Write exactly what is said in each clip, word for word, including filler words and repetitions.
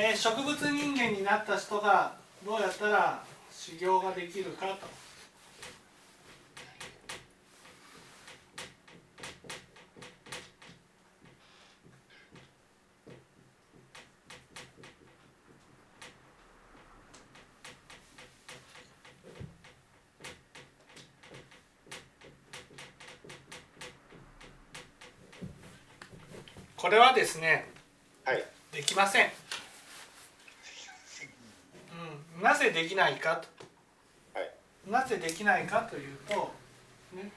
えー、植物人間になった人がどうやったら修行ができるかと。これはですね、 はい、 できません。うん、なぜできないかと、 はい、 なぜできないかというと、ね、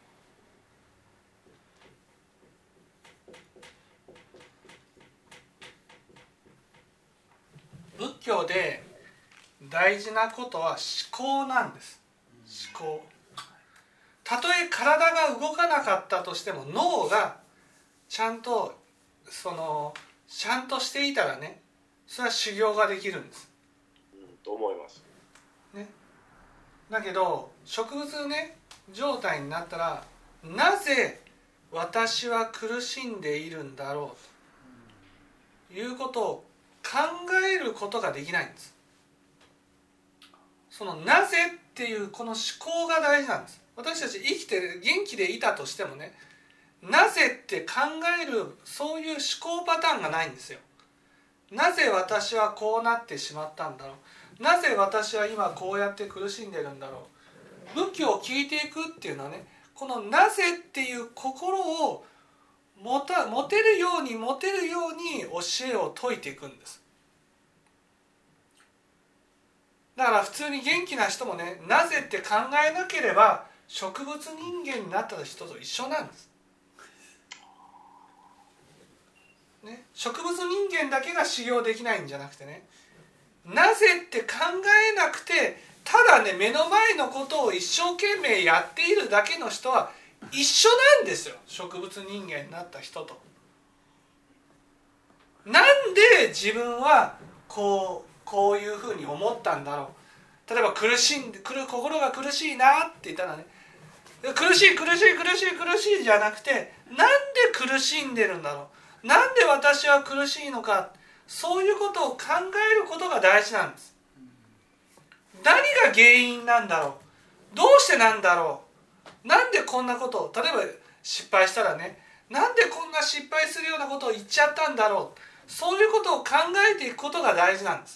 仏教で大事なことは思考なんです。思考。たとえ体が動かなかったとしても脳がちゃんとそのちゃんとしていたらね、それは修行ができるんです。 うん、と思います。 ね、だけど植物ね状態になったら、なぜ私は苦しんでいるんだろうということを考えることができないんです。そのなぜっていうこの思考が大事なんです。私たち生きて元気でいたとしてもね、なぜって考えるそういう思考パターンがないんですよ。なぜ私はこうなってしまったんだろう、なぜ私は今こうやって苦しんでるんだろう。仏教を聞いていくっていうのはね、このなぜっていう心を持た持てるように持てるように教えを説いていくんです。だから普通に元気な人もね、なぜって考えなければ植物人間になった人と一緒なんです、ね、植物人間だけが修行できないんじゃなくてね、なぜって考えなくてただね目の前のことを一生懸命やっているだけの人は一緒なんですよ、植物人間になった人と。なんで自分はこうこういうふうに思ったんだろう。例えば苦しんで心が苦しいなって言ったらね、苦しい苦しい苦しい苦しいじゃなくて、なんで苦しんでるんだろう、なんで私は苦しいのか、そういうことを考えることが大事なんです。何が原因なんだろう、どうしてなんだろう、なんでこんなことを、例えば失敗したらね、なんでこんな失敗するようなことを言っちゃったんだろう、そういうことを考えていくことが大事なんです。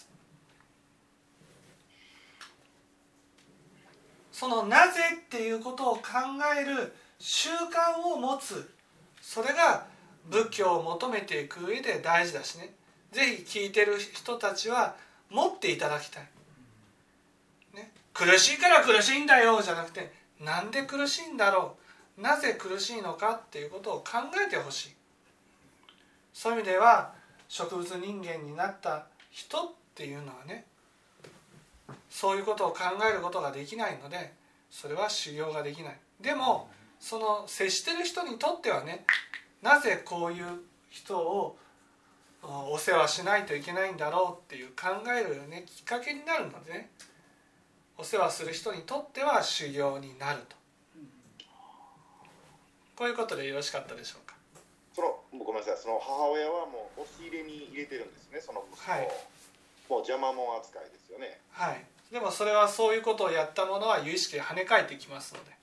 そのなぜっていうことを考える習慣を持つ、それが仏教を求めていく上で大事だしね、ぜひ聞いてる人たちは持っていただきたい、ね、苦しいから苦しいんだよじゃなくて、なんで苦しいんだろう、なぜ苦しいのかっていうことを考えてほしい。そういう意味では植物人間になった人っていうのはね、そういうことを考えることができないので、それは修行ができない。でもその接してる人にとってはね、なぜこういう人をお世話しないといけないんだろうっていう考える、ね、きっかけになるのでね、お世話する人にとっては修行になると、こういうことでよろしかったでしょうか。 そのごめんなさい、その母親はもう押し入れに入れてるんですね、その息子を、はい、もう邪魔者扱いですよね。 はい、でもそれはそういうことをやったものは有意識で跳ね返ってきますので。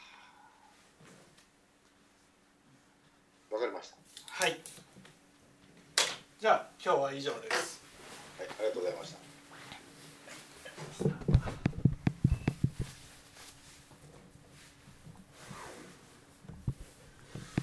わかりました。 はい。じゃあ今日は以上です。 はい、ありがとうございました。